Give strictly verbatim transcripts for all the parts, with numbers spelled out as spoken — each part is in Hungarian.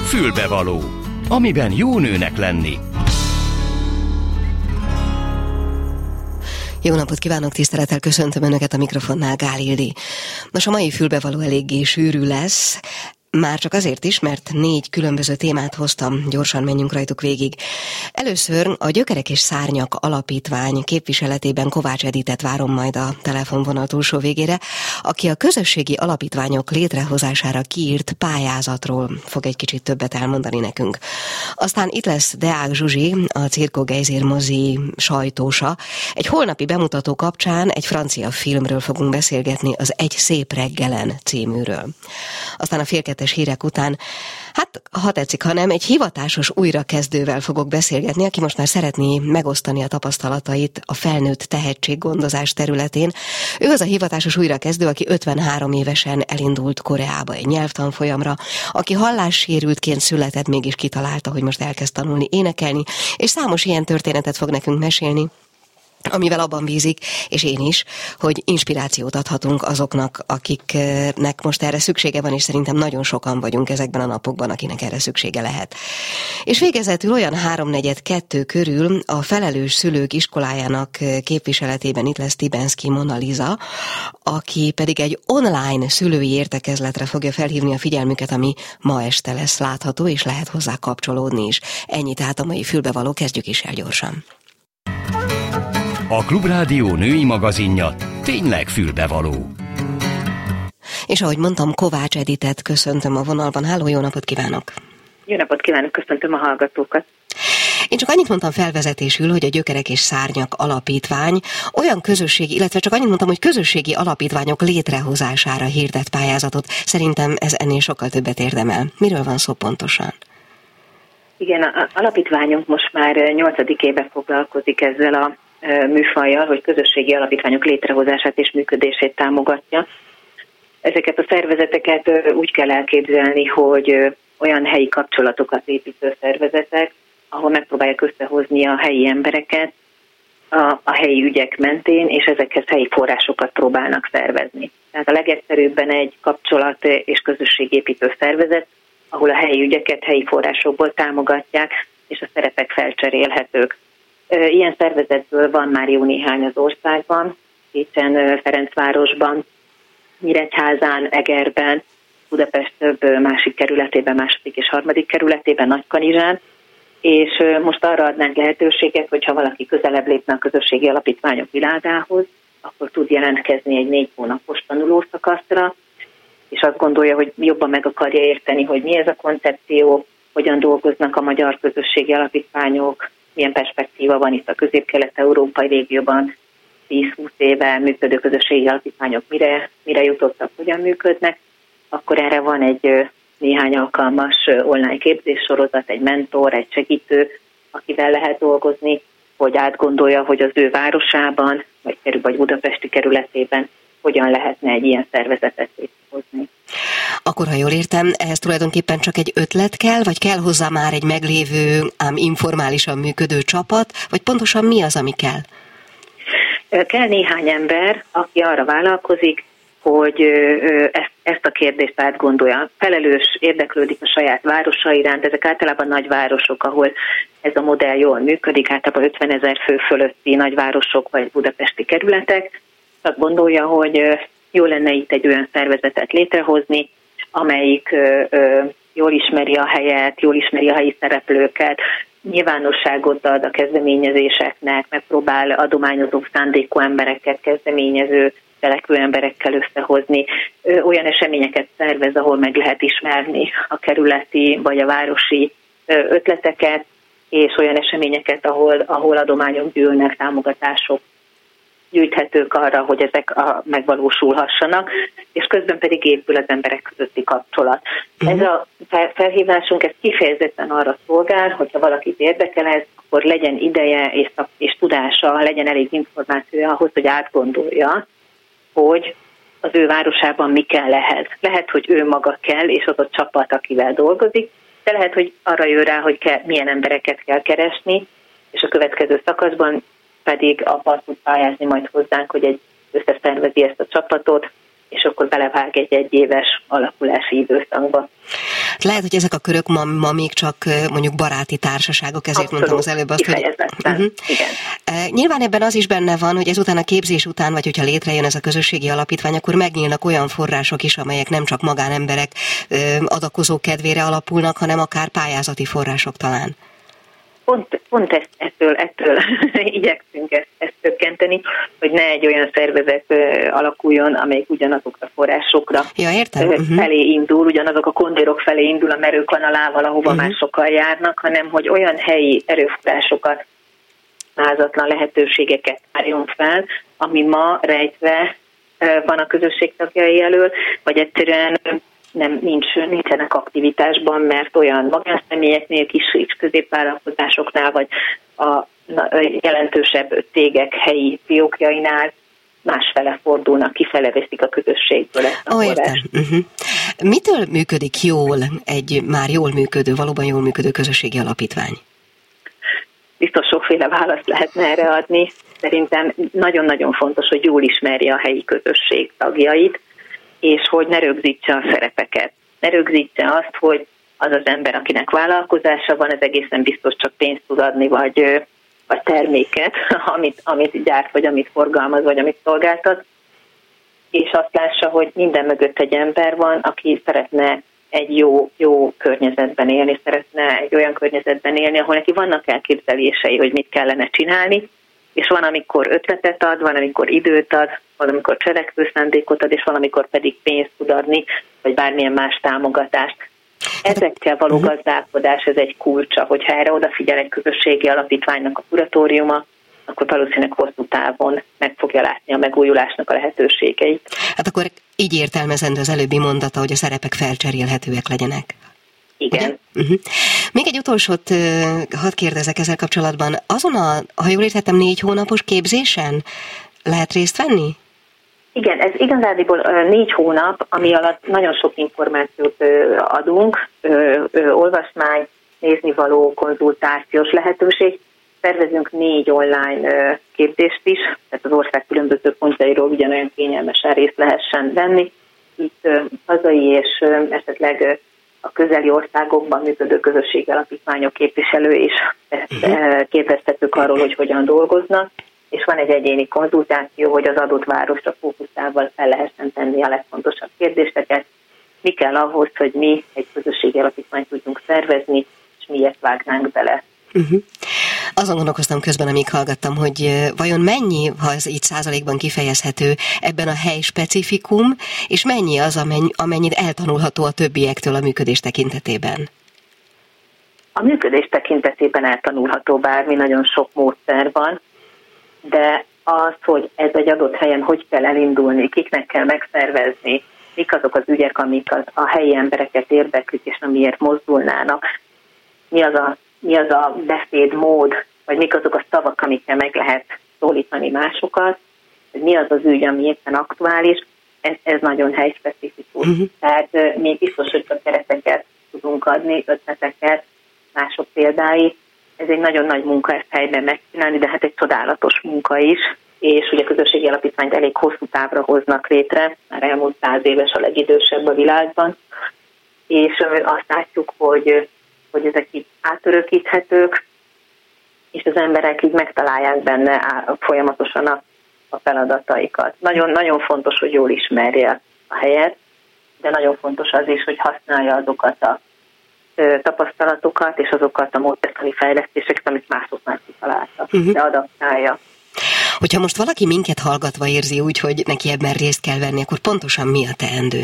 Fülbevaló, amiben jó nőnek lenni. Jó napot kívánok, tisztelettel köszöntöm Önöket, a mikrofonnál Gál Ildi. Nos, a mai fülbevaló eléggé sűrű lesz, már csak azért is, mert négy különböző témát hoztam, gyorsan menjünk rajtuk végig. Először a Gyökerek és Szárnyak Alapítvány képviseletében Kovács Editet várom majd a telefonvonal túlsó végére, aki a közösségi alapítványok létrehozására kiírt pályázatról fog egy kicsit többet elmondani nekünk. Aztán itt lesz Deák Zsuzsi, a Cirko Gejzér mozi sajtósa. Egy holnapi bemutató kapcsán egy francia filmről fogunk beszélgetni, az Egy szép reggelen címűről. Aztán a fél kettes hírek után, hát ha tetszik, ha nem, egy hivatásos újrakezdővel fogok beszélgetni, aki most már szeretné megosztani a tapasztalatait a felnőtt tehetséggondozás területén. Ő az a hivatásos újrakezdő, aki ötvenhárom évesen elindult Koreába egy nyelvtanfolyamra, aki hallássérültként született, mégis kitalálta, hogy most elkezd tanulni énekelni, és számos ilyen történetet fog nekünk mesélni, amivel abban bízik, és én is, hogy inspirációt adhatunk azoknak, akiknek most erre szüksége van, és szerintem nagyon sokan vagyunk ezekben a napokban, akinek erre szüksége lehet. És végezetül olyan háromnegyed kettő körül a Felelős Szülők Iskolájának képviseletében itt lesz Tibenszky Mona Lisa, aki pedig egy online szülői értekezletre fogja felhívni a figyelmüket, ami ma este lesz látható, és lehet hozzá kapcsolódni is. Ennyi tehát a mai fülbevaló, kezdjük is el gyorsan. A Klubrádió női magazinja tényleg fülbevaló. És ahogy mondtam, Kovács Editet köszöntöm a vonalban. Háló, jó napot kívánok! Jó napot kívánok, köszöntöm a hallgatókat! Én csak annyit mondtam felvezetésül, hogy a Gyökerek és Szárnyak Alapítvány olyan közösségi, illetve csak annyit mondtam, hogy közösségi alapítványok létrehozására hirdet pályázatot. Szerintem ez ennél sokkal többet érdemel. Miről van szó pontosan? Igen, az alapítványunk most már nyolcadik éve foglalkozik ezzel a műfajjal, hogy közösségi alapítványok létrehozását és működését támogatja. Ezeket a szervezeteket úgy kell elképzelni, hogy olyan helyi kapcsolatokat építő szervezetek, ahol megpróbálják összehozni a helyi embereket a, a helyi ügyek mentén, és ezekhez helyi forrásokat próbálnak szervezni. Tehát a legegyszerűbben egy kapcsolat és közösségépítő szervezet, ahol a helyi ügyeket helyi forrásokból támogatják, és a szerepek felcserélhetők. Ilyen szervezetből van már jó néhány az országban, hiszen Ferencvárosban, Nyíregyházán, Egerben, Budapest több másik kerületében, második és harmadik kerületében, Nagykanizsán, és most arra adnánk lehetőséget, hogyha valaki közelebb lépne a közösségi alapítványok világához, akkor tud jelentkezni egy négy hónapos tanulószakaszra, és azt gondolja, hogy jobban meg akarja érteni, hogy mi ez a koncepció, hogyan dolgoznak a magyar közösségi alapítványok, milyen perspektíva van itt a közép-kelet-európai régióban, tíz-húsz éve működő közösségi alapítványok mire, mire jutottak, hogyan működnek, akkor erre van egy néhány alkalmas online képzéssorozat, egy mentor, egy segítő, akivel lehet dolgozni, hogy átgondolja, hogy az ő városában, vagy, vagy budapesti kerületében hogyan lehetne egy ilyen szervezetet létrehozni. Akkor, ha jól értem, ehhez tulajdonképpen csak egy ötlet kell, vagy kell hozzá már egy meglévő, ám informálisan működő csapat, vagy pontosan mi az, ami kell? Kell néhány ember, aki arra vállalkozik, hogy ezt, ezt a kérdést átgondolja. Felelős, érdeklődik a saját városa iránt, ezek általában nagyvárosok, ahol ez a modell jól működik, általában ötvenezer fő fölötti nagyvárosok vagy budapesti kerületek. Azt gondolja, hogy jó lenne itt egy olyan szervezetet létrehozni, amelyik jól ismeri a helyet, jól ismeri a helyi szereplőket, nyilvánosságot ad a kezdeményezéseknek, megpróbál adományozó szándékú embereket, kezdeményező, telekvő emberekkel összehozni, olyan eseményeket szervez, ahol meg lehet ismerni a kerületi vagy a városi ötleteket, és olyan eseményeket, ahol, ahol adományok gyűlnek, támogatások gyűjthetők arra, hogy ezek a, megvalósulhassanak, és közben pedig épül az emberek közötti kapcsolat. Uh-huh. Ez a felhívásunk ez kifejezetten arra szolgál, hogyha valakit érdekel ez, akkor legyen ideje és, és tudása, legyen elég információja ahhoz, hogy átgondolja, hogy az ő városában mi kell ehhez. Lehet, hogy ő maga kell, és az a csapat, akivel dolgozik, de lehet, hogy arra jön rá, hogy kell, milyen embereket kell keresni, és a következő szakaszban pedig abban tud pályázni majd hozzánk, hogy egy összeszervezi ezt a csapatot, és akkor belevág egy egyéves alakulási időszakba. Lehet, hogy ezek a körök ma, ma még csak mondjuk baráti társaságok, ezért Abszolút, mondtam az előbb azt, hogy... Uh-huh. Igen. Uh, nyilván ebben az is benne van, hogy ezután a képzés után, vagy hogyha létrejön ez a közösségi alapítvány, akkor megnyílnak olyan források is, amelyek nem csak magánemberek uh, adakozó kedvére alapulnak, hanem akár pályázati források talán. Pont, pont ezt, ettől, ettől igyekszünk ezt, ezt csökkenteni, hogy ne egy olyan szervezet uh, alakuljon, amelyik ugyanazokra a forrásokra ja, értem. Uh, uh-huh. felé indul, ugyanazok a kondérok felé indul a merőkanalával, ahova uh-huh. másokkal járnak, hanem hogy olyan helyi erőforrásokat, mázatlan lehetőségeket várjon fel, ami ma rejtve uh, van a közösség tagjai elől, vagy egyszerűen nem, nincs, nincsenek aktivitásban, mert olyan magánszemélyeknél, kis és középvállalkozásoknál, vagy a jelentősebb cégek helyi fiókjainál másfele fordulnak, kifele veszik a közösségből ezt a oh, forrást. Uh-huh. Mitől működik jól egy már jól működő, valóban jól működő közösségi alapítvány? Biztos sokféle választ lehetne erre adni. Szerintem nagyon-nagyon fontos, hogy jól ismerje a helyi közösség tagjait, és hogy ne rögzítse a szerepeket. Ne rögzítse azt, hogy az az ember, akinek vállalkozása van, ez egészen biztos csak pénzt tud adni, vagy, vagy terméket, amit, amit gyárt, vagy amit forgalmaz, vagy amit szolgáltat, és azt lássa, hogy minden mögött egy ember van, aki szeretne egy jó, jó környezetben élni, szeretne egy olyan környezetben élni, ahol neki vannak elképzelései, hogy mit kellene csinálni, és van, amikor ötletet ad, van, amikor időt ad, van, amikor cselekvő szándékot ad, és van, amikor pedig pénzt tud adni, vagy bármilyen más támogatást. Ezekkel való uh-huh. gazdálkodás, ez egy kulcsa, hogyha erre odafigyel egy közösségi alapítványnak a kuratóriuma, akkor valószínűleg hosszú távon meg fogja látni a megújulásnak a lehetőségeit. Hát akkor így értelmezendő az előbbi mondata, hogy a szerepek felcserélhetőek legyenek. Igen. Uh-huh. Még egy utolsót uh, hadd kérdezek ezzel kapcsolatban. Azon a, ha jól értettem, négy hónapos képzésen lehet részt venni? Igen, ez igazából uh, négy hónap, ami alatt nagyon sok információt uh, adunk, uh, uh, olvasmány, néznivaló, konzultációs lehetőség. Szervezünk négy online uh, képzést is, tehát az ország különböző pontjairól ugyanolyan kényelmesen részt lehessen venni. Itt uh, hazai és uh, esetleg uh, a közeli országokban működő közösségi alapítványok képviselő is uh-huh. képeztetők arról, hogy hogyan dolgoznak, és van egy egyéni konzultáció, hogy az adott városra fókuszával fel lehessen tenni a legfontosabb kérdéseket. Mi kell ahhoz, hogy mi egy közösségi alapítványt tudjunk szervezni, és miért vágnánk bele. Uh-huh. Azon gondolkoztam közben, amíg hallgattam, hogy vajon mennyi, ha ez így százalékban kifejezhető, ebben a hely specifikum, és mennyi az, amennyi, amennyit eltanulható a többiektől a működés tekintetében? A működés tekintetében eltanulható bármi, nagyon sok módszer van, de az, hogy ez egy adott helyen hogy kell elindulni, kiknek kell megszervezni, mik azok az ügyek, amik az, a helyi embereket érdeklik, és amiért mozdulnának, mi az a mi az a beszédmód, vagy mik azok a szavak, amikkel meg lehet szólítani másokat, hogy mi az az ügy, ami éppen aktuális, ez, ez nagyon helyspecifikus. Uh-huh. Tehát mi biztos, hogy a kereteket tudunk adni, ötleteket, mások példái. Ez egy nagyon nagy munka ezt helyben megcsinálni, de hát egy csodálatos munka is, és ugye a közösségi alapítványt elég hosszú távra hoznak létre, már elmúlt száz éves a legidősebb a világban, és azt látjuk, hogy hogy ezek így átörökíthetők, és az emberek így megtalálják benne folyamatosan a, a feladataikat. Nagyon, nagyon fontos, hogy jól ismerje a helyet, de nagyon fontos az is, hogy használja azokat a ö, tapasztalatokat, és azokat a módszertani fejlesztéseket, amit mások már kitaláltak, uh-huh. de adaptálja. Hogyha most valaki minket hallgatva érzi úgy, hogy neki ebben részt kell venni, akkor pontosan mi a teendő?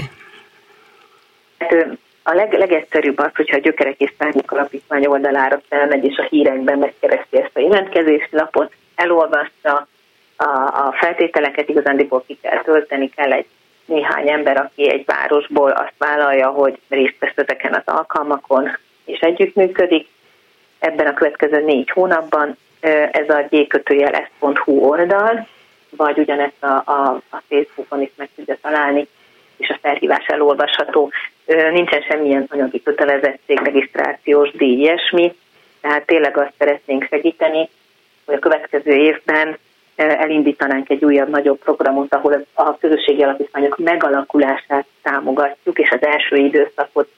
A leg, legegyszerűbb az, hogyha a Gyökerek és Szárnyak Alapítvány oldalára felmegy, és a hírekben megkeresi ezt a jelentkezési lapot, elolvassa a, a feltételeket, igazándiból ki kell tölteni, kell egy néhány ember, aki egy városból azt vállalja, hogy részt vesz ezeken az alkalmakon, és együttműködik. Ebben a következő négy hónapban ez a g kötőjel es pont hu oldal, vagy ugyanezt a, a, a Facebookon is meg tudja találni, és a felhívás elolvasható. Nincsen semmilyen anyagi kötelezettség, regisztrációs díj, ilyesmi, tehát tényleg azt szeretnénk segíteni, hogy a következő évben elindítanánk egy újabb, nagyobb programot, ahol a közösségi alapítványok megalakulását támogatjuk, és az első időszakot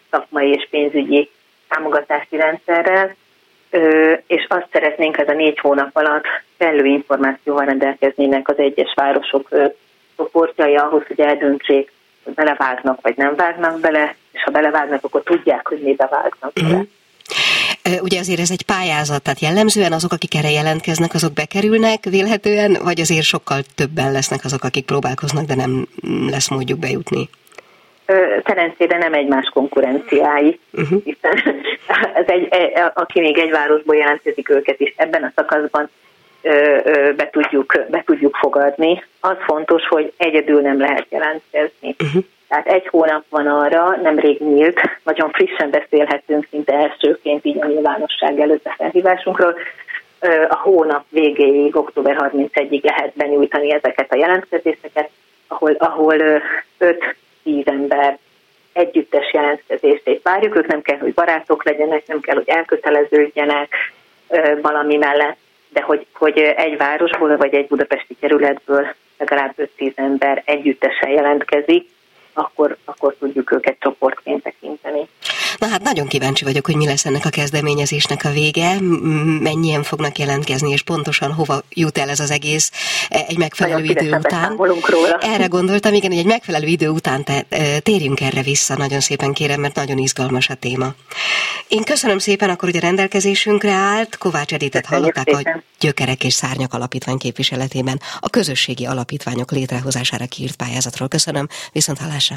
szakmai és pénzügyi támogatási rendszerrel, és azt szeretnénk, ez a négy hónap alatt kellő információval rendelkeznének az egyes városok csoportjai ahhoz, hogy eldöntsék, hogy belevágnak, vagy nem vágnak bele, és ha belevágnak, akkor tudják, hogy mibe vágnak bele. Uh-huh. Ugye azért ez egy pályázat, tehát jellemzően azok, akik erre jelentkeznek, azok bekerülnek vélhetően, vagy azért sokkal többen lesznek azok, akik próbálkoznak, de nem lesz módjuk bejutni? Szerencsére nem egymás konkurenciái, uh-huh. hiszen ez egy, aki még egy városból jelentkezik, őket is ebben a szakaszban be tudjuk, be tudjuk fogadni. Az fontos, hogy egyedül nem lehet jelentkezni. Uh-huh. Tehát egy hónap van arra, nemrég nyílt, nagyon frissen beszélhetünk szinte elsőként így a nyilvánosság előtt a felhívásunkról. A hónap végéig, október harmincegyedikéig lehet benyújtani ezeket a jelentkezéseket, ahol, ahol öt-tíz ember együttes jelentkezését várjuk. Ők nem kell, hogy barátok legyenek, nem kell, hogy elköteleződjenek valami mellett, de hogy, hogy egy városból vagy egy budapesti kerületből legalább öt-tíz ember együttesen jelentkezik, akkor, akkor tudjuk őket csoportként tekinteni. Na hát nagyon kíváncsi vagyok, hogy mi lesz ennek a kezdeményezésnek a vége, mennyien fognak jelentkezni, és pontosan hova jut el ez az egész egy megfelelő idő után. Erre gondoltam, igen, hogy egy megfelelő idő után te, térjünk erre vissza, nagyon szépen kérem, mert nagyon izgalmas a téma. Én köszönöm szépen, akkor ugye rendelkezésünkre állt, Kovács Editet hallották a Gyökerek és Szárnyak Alapítvány képviseletében a közösségi alapítványok létrehozására kiírt pályázatról. Köszönöm, viszont hallásra.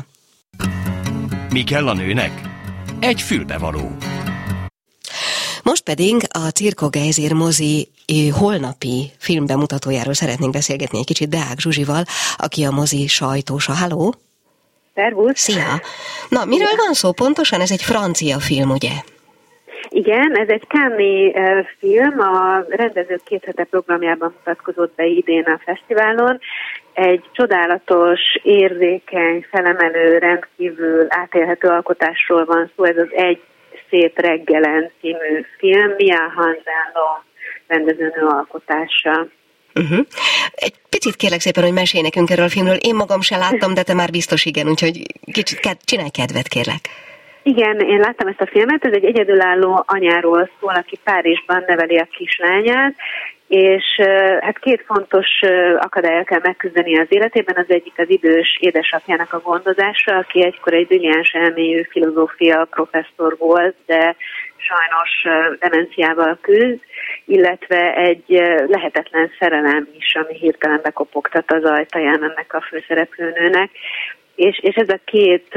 Mi kell a nőnek? Egy fülbevaló. Most pedig a Cirko Gejzér mozi holnapi filmbemutatójáról szeretnénk beszélgetni egy kicsit Deák Zsuzsival, aki a mozi sajtósa. Halló! Szervusz! Szia! Na, miről van szó pontosan? Ez egy francia film, ugye? Igen, ez egy Cannes-i film, a rendezők két hete programjában mutatkozott be idén a fesztiválon. Egy csodálatos, érzékeny, felemelő, rendkívül átélhető alkotásról van szó. Ez az Egy szép reggelen című film, Mia Hansen-Long rendezőnő alkotása. Uh-huh. Egy picit kérlek szépen, hogy mesélj nekünk erről a filmről. Én magam se láttam, de te már biztos igen, úgyhogy kicsit ked- csinálj kedvet, kérlek. Igen, én láttam ezt a filmet, ez egy egyedülálló anyáról szól, aki Párizsban neveli a kislányát, és hát két fontos akadályal kell megküzdeni az életében. Az egyik az idős édesapjának a gondozása, aki egykor egy brilliáns elmélyű filozófia professzor volt, de sajnos demenciával küzd, illetve egy lehetetlen szerelem is, ami hirtelen bekopogtat az ajtaján ennek a főszereplőnőnek. És, és ez a két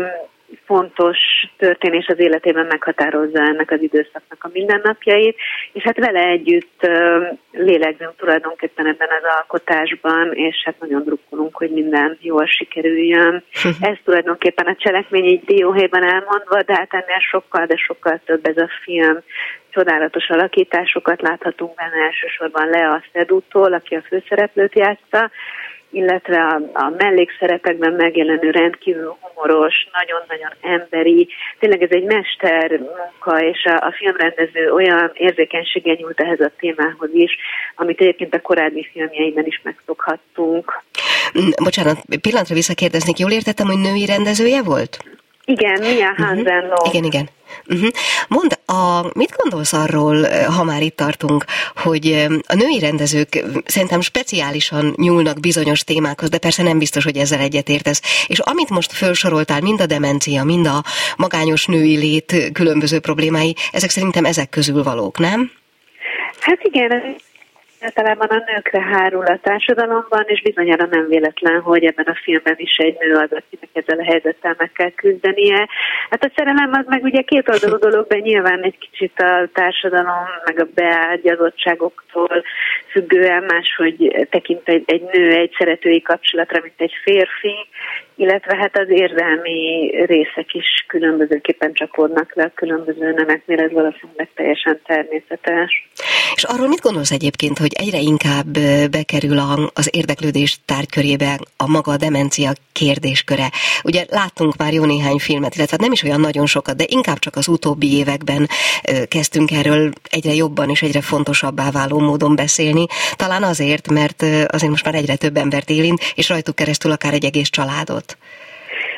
fontos történés az életében meghatározza ennek az időszaknak a mindennapjait, és hát vele együtt lélegzünk tulajdonképpen ebben az alkotásban, és hát nagyon drukkolunk, hogy minden jól sikerüljön. Ez tulajdonképpen a cselekmény így dióhéjban elmondva, de hát ennél sokkal, de sokkal több ez a film. Csodálatos alakításokat láthatunk benne, elsősorban Lea Seydoux-tól, aki a főszereplőt játsza, illetve a, a mellékszerepekben megjelenő rendkívül humoros, nagyon-nagyon emberi, tényleg ez egy mestermunka, és a, a filmrendező olyan érzékenységgel nyúlt ehhez a témához is, amit egyébként a korábbi filmjeiben is megszokhattunk. Bocsánat, pillanatra visszakérdeznék, jól értettem, hogy női rendezője volt? Igen, Mia Hansen-Long. Uh-huh. Igen, igen. Uh-huh. Mondd, a, mit gondolsz arról, ha már itt tartunk, hogy a női rendezők szerintem speciálisan nyúlnak bizonyos témákhoz, de persze nem biztos, hogy ezzel egyetértesz. És amit most felsoroltál, mind a demencia, mind a magányos női lét különböző problémái, ezek szerintem ezek közül valók, nem? Hát igen, általában a nőkre hárul a társadalomban, és bizonyára nem véletlen, hogy ebben a filmben is egy nő az, akinek ezzel a helyzettel meg kell küzdenie. Hát a szerelem az meg ugye két oldalú dolog, de nyilván egy kicsit a társadalom, meg a beágyazottságoktól függően máshogy tekint egy, egy nő egy szeretői kapcsolatra, mint egy férfi, illetve hát az érzelmi részek is különbözőképpen csapódnak le a különböző nemeknél, ez valószínűleg teljesen természetes. És arról mit gondolsz egyébként, hogy egyre inkább bekerül az érdeklődés tárgykörébe a maga a demencia kérdésköre? Ugye láttunk már jó néhány filmet, illetve nem is olyan nagyon sokat, de inkább csak az utóbbi években kezdtünk erről egyre jobban és egyre fontosabbá váló módon beszélni. Talán azért, mert azért most már egyre több embert érint, és rajtuk keresztül akár egy egész családot.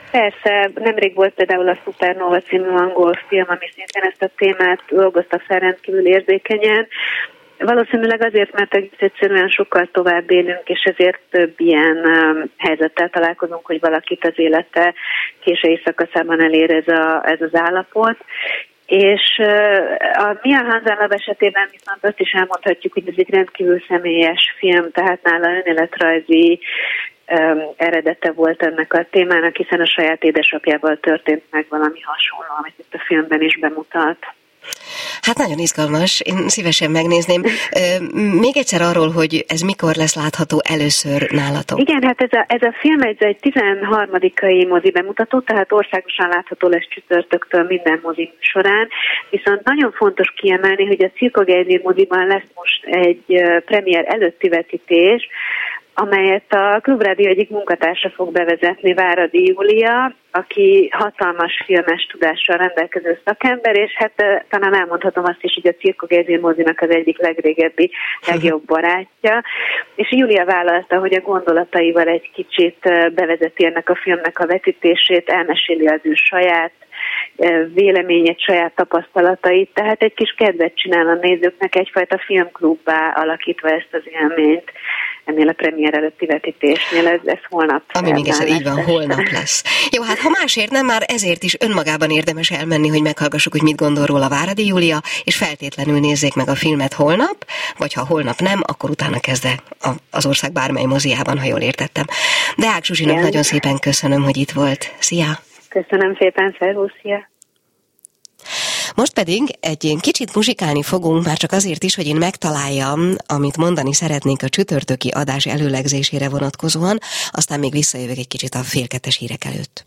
Persze, nemrég volt például a Supernova című angol film, ami szintén ezt a témát dolgozta fel rendkívül érzékenyen. Valószínűleg azért, mert egész egyszerűen sokkal tovább élünk, és ezért több ilyen um, helyzettel találkozunk, hogy valakit az élete késői szakaszában elér ez, a, ez az állapot. És uh, a Mia Hansen-Love esetében viszont azt is elmondhatjuk, hogy ez egy rendkívül személyes film, tehát nála önéletrajzi um, eredete volt ennek a témának, hiszen a saját édesapjával történt meg valami hasonló, amit itt a filmben is bemutat. Hát nagyon izgalmas, én szívesen megnézném. Még egyszer arról, hogy ez mikor lesz látható először nálatok? Igen, hát ez a, ez a film egy, egy tizenharmadikai mozi bemutató, tehát országosan látható lesz csütörtöktől minden mozi során, viszont nagyon fontos kiemelni, hogy a Cirko Geiser moziban lesz most egy premier előtti vetítés, amelyet a Klubrádió egyik munkatársa fog bevezetni, Váradi Júlia, aki hatalmas filmes tudással rendelkező szakember, és hát talán elmondhatom azt is, hogy a Cirko Geiser mozinak az egyik legrégebbi, legjobb barátja, és Júlia vállalta, hogy a gondolataival egy kicsit bevezeti ennek a filmnek a vetítését, elmeséli az ő saját véleményét, saját tapasztalatait, tehát egy kis kedvet csinál a nézőknek, egyfajta filmklubbá alakítva ezt az élményt ennél a premier előtti vetítésnél, ez, ez holnap. Ami még egyszer így van, holnap lesz. Jó, hát ha másért nem, már ezért is önmagában érdemes elmenni, hogy meghallgassuk, hogy mit gondol róla Váradi Júlia, és feltétlenül nézzék meg a filmet holnap, vagy ha holnap nem, akkor utána kezde az ország bármely moziában, ha jól értettem. Deák Zsuzsinak igen. Nagyon szépen köszönöm, hogy itt volt. Szia! Köszönöm szépen, szervusz, szia! Most pedig egy kicsit muzsikálni fogunk, már csak azért is, hogy én megtaláljam, amit mondani szeretnénk a csütörtöki adás előlegzésére vonatkozóan, aztán még visszajövök egy kicsit a félkettes hírek előtt.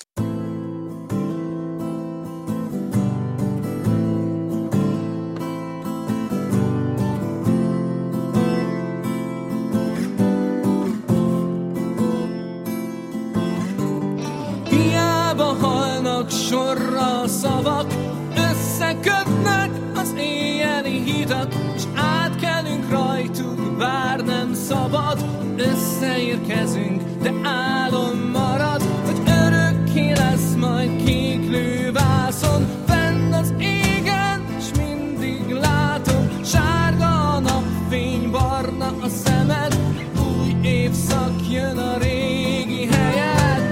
Hiába halnak sorra a szavak, összekötnek az éjjeli hidak, és átkelünk rajtuk, bár nem szabad. Összeérkezünk, de álom marad, hogy örökké lesz majd kék lővászon, fenn az égen, és mindig látom, sárga a napfény, barna a szemed, új évszak jön a régi helyet.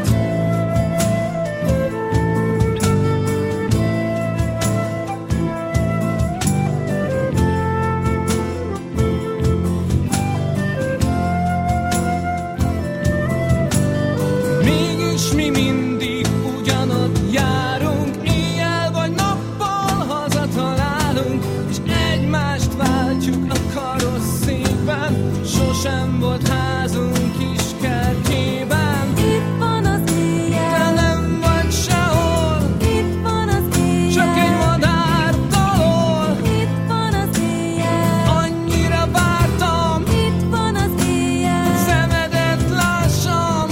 Mi mindig ugyanott járunk, éjjel vagy nappal hazatalálunk, és egymást váltjuk a karosszékben, sosem volt házunk kis kertjében. Itt van az éjjel, de nem vagy sehol, itt van az éjjel, csak egy madár dalol. itt van az éjjel, Annyira vártam, itt van az éjjel, szemedet lássam.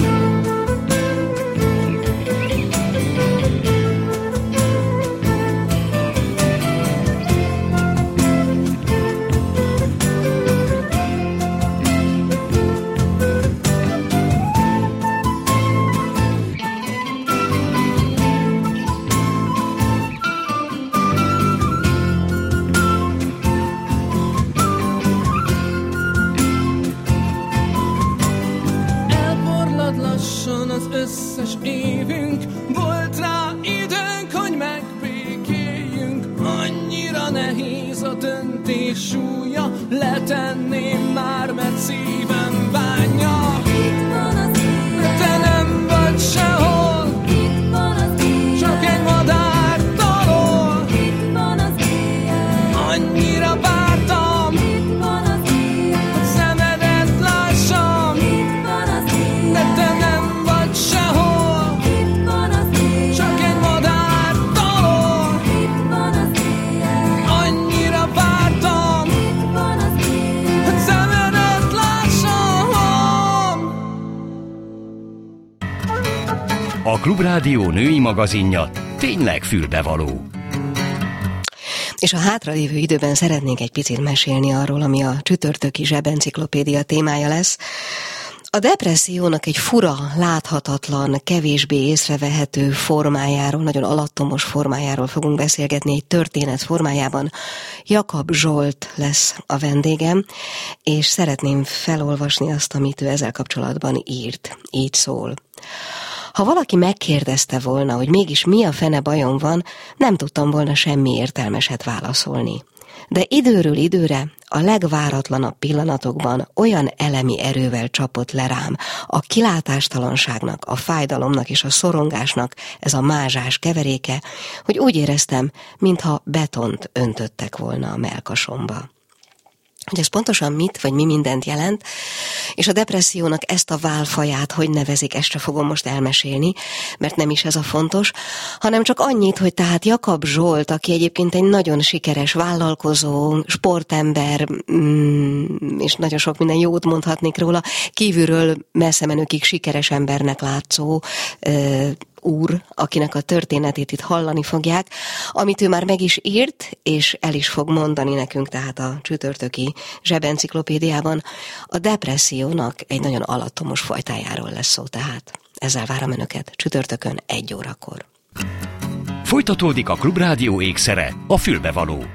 Elporlad lassan az összes évünk, volt rá időnk, hogy megbékéljünk. Annyira nehéz a döntés súlya, letenném már, mert szívem bánja. itt van az éjjel, Te nem vagy sehol, itt van az éjjel, csak egy madár dalol. itt van az éjjel, Annyira vártam, itt van az éjjel, hogy szemedet lássam, itt van az éjjel, de te nem vagy sehol, itt van az éjjel, csak egy madár dalol. itt van az éjjel, Annyira vártam, itt van az éjjel. hogy szemedet lássam. A Klubrádió női magazinja tényleg fülbevaló. És a hátralévő időben szeretnék egy picit mesélni arról, ami a csütörtöki zsebenciklopédia témája lesz. A depressziónak egy fura, láthatatlan, kevésbé észrevehető formájáról, nagyon alattomos formájáról fogunk beszélgetni egy történet formájában. Jakab Zsolt lesz a vendégem, és szeretném felolvasni azt, amit ő ezzel kapcsolatban írt. Így szól. Ha valaki megkérdezte volna, hogy mégis mi a fene bajom van, nem tudtam volna semmi értelmeset válaszolni. De időről időre, a legváratlanabb pillanatokban olyan elemi erővel csapott le rám a kilátástalanságnak, a fájdalomnak és a szorongásnak ez a mázsás keveréke, hogy úgy éreztem, mintha betont öntöttek volna a mellkasomba. Hogy ez pontosan mit, vagy mi mindent jelent, és a depressziónak ezt a válfaját hogy nevezik, ezt se fogom most elmesélni, mert nem is ez a fontos, hanem csak annyit, hogy tehát Jakab Zsolt, aki egyébként egy nagyon sikeres vállalkozó, sportember, és nagyon sok minden jót mondhatnék róla, kívülről messze menőkig sikeres embernek látszó úr, akinek a történetét itt hallani fogják, amit ő már meg is írt, és el is fog mondani nekünk, tehát a csütörtöki zsebenciklopédiában. A depressziónak egy nagyon alattomos fajtájáról lesz szó, tehát ezzel várom önöket csütörtökön egy órakor. Folytatódik a Klubrádió ékszere, a fülbevaló.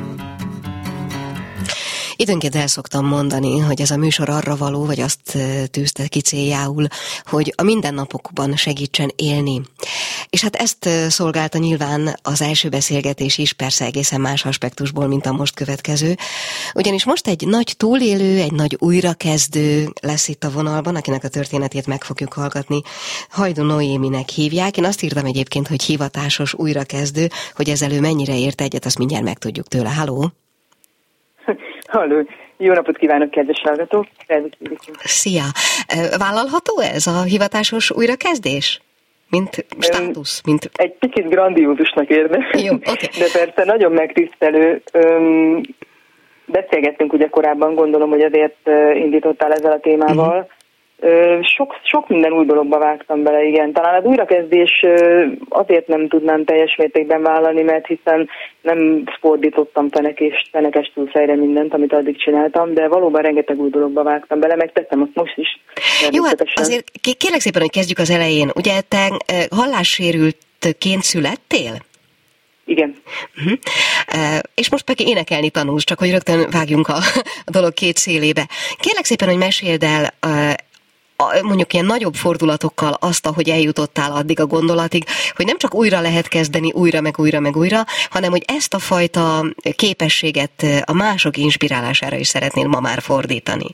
Időnként el szoktam mondani, hogy ez a műsor arra való, vagy azt tűzte ki céljául, hogy a mindennapokban segítsen élni. És hát ezt szolgálta nyilván az első beszélgetés is, persze egészen más aspektusból, mint a most következő. Ugyanis most egy nagy túlélő, egy nagy újrakezdő lesz itt a vonalban, akinek a történetét meg fogjuk hallgatni. Hajdú Noéminek hívják. Én azt írtam egyébként, hogy hivatásos újrakezdő, hogy ezzel ő mennyire ért egyet, azt mindjárt megtudjuk tőle. Halló! Halló! Jó napot kívánok, kedves hallgatók! Szia! Vállalható ez a hivatásos újrakezdés? Mint státusz? Mint... Egy picit grandiózusnak érne, Jó, okay. De persze nagyon megtisztelő. Öm, beszélgettünk ugye korábban, gondolom, hogy azért indítottál ezzel a témával. Uh-huh. Sok, sok minden új dologba vágtam bele, igen. Talán az újrakezdés azért nem tudnám teljes mértékben vállalni, mert hiszen nem fordítottam fenekest, fenekestül fejre mindent, amit addig csináltam, de valóban rengeteg új dologba vágtam bele, meg tettem azt most is. Jó, hát azért kérlek szépen, hogy kezdjük az elején. Ugye te hallássérültként születtél? Igen. Uh-huh. Uh, és most pedig énekelni tanulsz, csak hogy rögtön vágjunk a, a dolog két szélébe. Kérlek szépen, hogy meséld el uh, mondjuk ilyen nagyobb fordulatokkal azt, ahogy eljutottál addig a gondolatig, hogy nem csak újra lehet kezdeni, újra, meg újra, meg újra, hanem hogy ezt a fajta képességet a mások inspirálására is szeretnél ma már fordítani.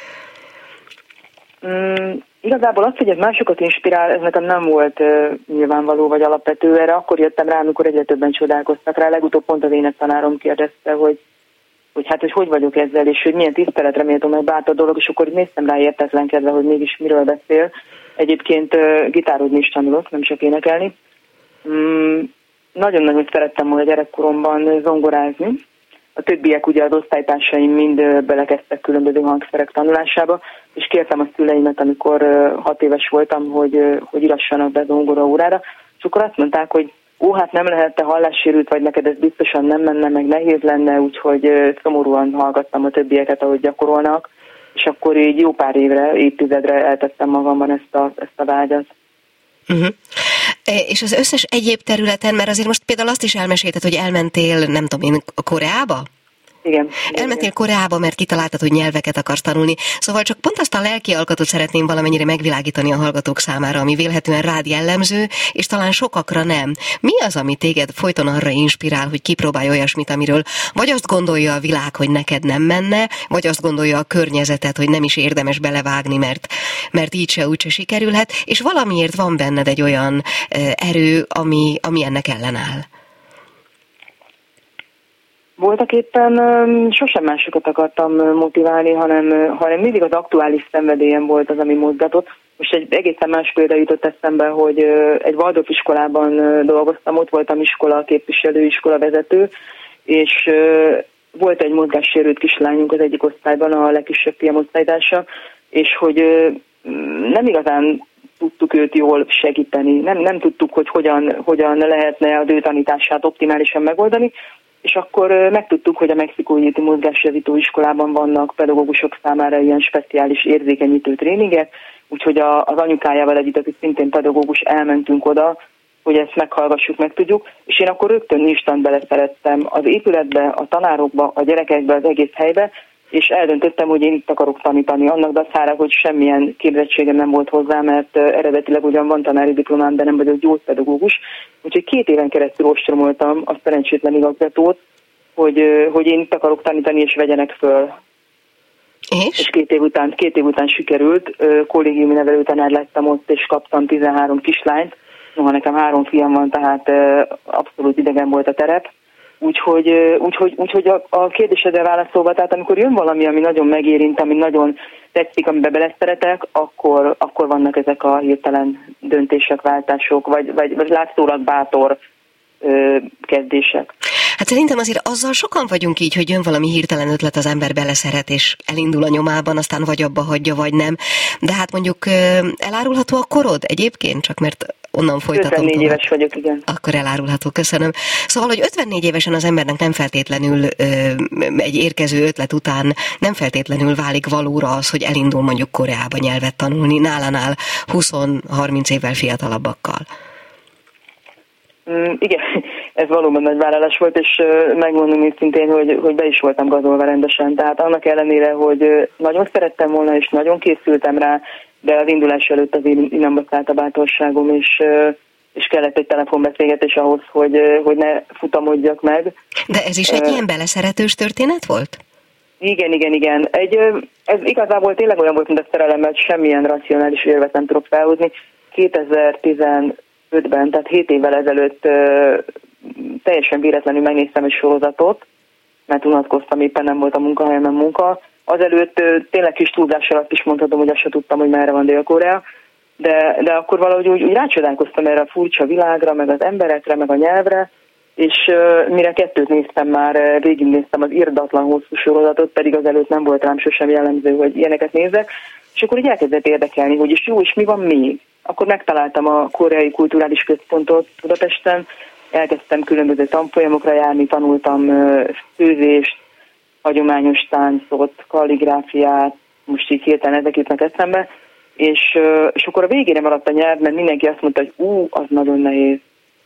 Mm, igazából az, hogy ez másokat inspirál, ez nekem nem volt uh, nyilvánvaló vagy alapvető. Erre akkor jöttem rá, amikor egyre többen csodálkoztak rá. Legutóbb pont az énektanárom kérdezte, hogy hogy hát, hogy hogy vagyok ezzel, és hogy milyen tiszteletre méltó meg bátor dolog, és akkor néztem rá értetlenkedve, hogy mégis miről beszél. Egyébként uh, gitározni is tanulok, nem csak énekelni. Mm, nagyon-nagyon szerettem volna gyerekkoromban zongorázni. A többiek, ugye az osztálytársaim mind uh, belekezdtek különböző hangszerek tanulásába, és kértem a szüleimet, amikor uh, hat éves voltam, hogy, uh, hogy irassanak be zongora órára, és akkor azt mondták, hogy ó, hát nem lehet, te hallássérült vagy, neked ez biztosan nem menne, meg nehéz lenne, úgyhogy szomorúan hallgattam a többieket, ahogy gyakorolnak, és akkor így jó pár évre, évtizedre eltettem magamban ezt a, ezt a vágyat. Uh-huh. És az összes egyéb területen, mert azért most például azt is elmesélted, hogy elmentél, nem tudom én, Koreába? Igen. Elmentél Koreába, mert kitaláltad, hogy nyelveket akarsz tanulni. Szóval csak pont azt a lelki alkatot szeretném valamennyire megvilágítani a hallgatók számára, ami vélhetően rád jellemző, és talán sokakra nem. Mi az, ami téged folyton arra inspirál, hogy kipróbálj olyasmit, amiről vagy azt gondolja a világ, hogy neked nem menne, vagy azt gondolja a környezeted, hogy nem is érdemes belevágni, mert, mert így se úgy se sikerülhet, és valamiért van benned egy olyan erő, ami, ami ennek ellenáll. Voltak éppen sosem másokat akartam motiválni, hanem, hanem mindig az aktuális szenvedélyem volt az, ami mozgatott. Most egy egészen más példa jutott eszembe, hogy egy Waldorf iskolában dolgoztam, ott voltam iskola képviselő, iskola vezető, és volt egy mozgássérült kislányunk az egyik osztályban, a legkisebb fiam osztálytársa, és hogy nem igazán tudtuk őt jól segíteni, nem, nem tudtuk, hogy hogyan, hogyan lehetne az ő tanítását optimálisan megoldani, és akkor megtudtuk, hogy a mexikói nyílti mozgásjavító iskolában vannak pedagógusok számára ilyen speciális érzékenyítő tréningek, úgyhogy a, az anyukájával együtt, aki szintén pedagógus, elmentünk oda, hogy ezt meghallgassuk, megtudjuk, és én akkor rögtön instant beleszerettem az épületbe, a tanárokba, a gyerekekbe, az egész helybe, és eldöntöttem, hogy én itt akarok tanítani, annak daszára, hogy semmilyen képzettségem nem volt hozzá, mert eredetileg ugyan van tanári diplomám, de nem vagyok gyógypedagógus, úgyhogy két éven keresztül ostromoltam a szerencsétlen igazgatót, hogy, hogy én itt akarok tanítani, és vegyenek föl. És? És két év után, két év után sikerült, kollégiumi nevelőtanár lettem ott, és kaptam tizenhárom kislányt, noha nekem három fiam van, tehát abszolút idegen volt a terep. Úgyhogy, úgyhogy, úgyhogy a, a kérdésedre válaszolva, tehát amikor jön valami, ami nagyon megérint, ami nagyon tetszik, amiben beleszeretek, akkor, akkor vannak ezek a hirtelen döntések, váltások, vagy, vagy, vagy látszólag bátor ö, kezdések. Hát szerintem azért azzal sokan vagyunk így, hogy jön valami hirtelen ötlet, az ember beleszeret, és elindul a nyomában, aztán vagy abba hagyja, vagy nem. De hát mondjuk elárulható a korod egyébként, csak mert onnan folytatom. ötvennégy éves vagyok, igen. Akkor elárulható, köszönöm. Szóval, hogy ötvennégy évesen az embernek nem feltétlenül egy érkező ötlet után nem feltétlenül válik valóra az, hogy elindul mondjuk Koreába nyelvet tanulni, nálánál húsz-harminc évvel fiatalabbakkal. Mm, igen, ez valóban nagy vállalás volt, és megmondom őszintén, hogy, hogy be is voltam gazolva rendesen. Tehát annak ellenére, hogy nagyon szerettem volna, és nagyon készültem rá, de az indulás előtt azért inamba szállt a bátorságom, és, és kellett egy telefonbeszélgetés ahhoz, hogy, hogy ne futamodjak meg. De ez is egy uh, ilyen beleszeretős történet volt? Igen, igen, igen. Egy, ez igazából tényleg olyan volt, mint a szerelem, mert semmilyen racionális érvet nem tudok felhozni. kétezer-tizenötben, tehát hét évvel ezelőtt uh, teljesen véletlenül megnéztem egy sorozatot, mert unatkoztam, éppen nem volt a munkahelyemen munka. Azelőtt uh, tényleg kis túlzás alatt is mondhatom, hogy azt se tudtam, hogy merre van Dél-Korea, de, de akkor valahogy úgy, úgy rácsodálkoztam erre a furcsa világra, meg az emberekre, meg a nyelvre, és uh, mire kettőt néztem már, végignéztem az irdatlan hosszú sorozatot, pedig azelőtt nem volt rám sosem jellemző, hogy ilyeneket nézek, és akkor így elkezdett érdekelni, hogy és jó, és mi van még? Akkor megtaláltam a Koreai Kulturális Központot Budapesten, elkezdtem különböző tanfolyamokra járni, tanultam uh, főzést, hagyományos táncot, kalligráfiát, most így hirtelen ezek jutnak eszembe, és, uh, és akkor a végére maradt a nyelv, mert mindenki azt mondta, hogy ú, az nagyon nehéz.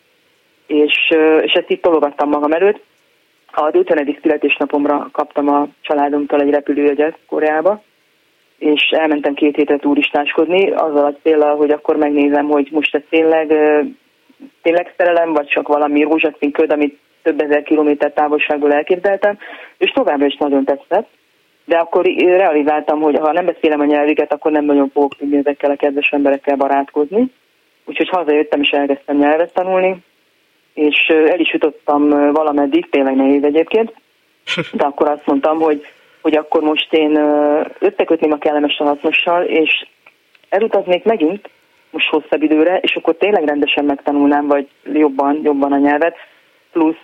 És, és ezt itt tologattam magam előtt. Az ötvenedik születésnapomra kaptam a családomtól egy repülőjegyet Koreába, és elmentem két hétre turistáskodni, azzal a céllal, hogy akkor megnézem, hogy most ez tényleg, tényleg szerelem, vagy csak valami rózsaszín köd, amit több ezer kilométer távolságból elképzeltem, és továbbra is nagyon tetszett. De akkor realizáltam, hogy ha nem beszélem a nyelvüket, akkor nem nagyon fogok tudni ezekkel a kedves emberekkel barátkozni. Úgyhogy hazajöttem, és elkezdtem nyelvet tanulni, és el is jutottam valameddig, tényleg nehéz egyébként, de akkor azt mondtam, hogy, hogy akkor most én összekötném a kellemesen hasznossal, és elutaznék megint, most hosszabb időre, és akkor tényleg rendesen megtanulnám, vagy jobban, jobban a nyelvet, plusz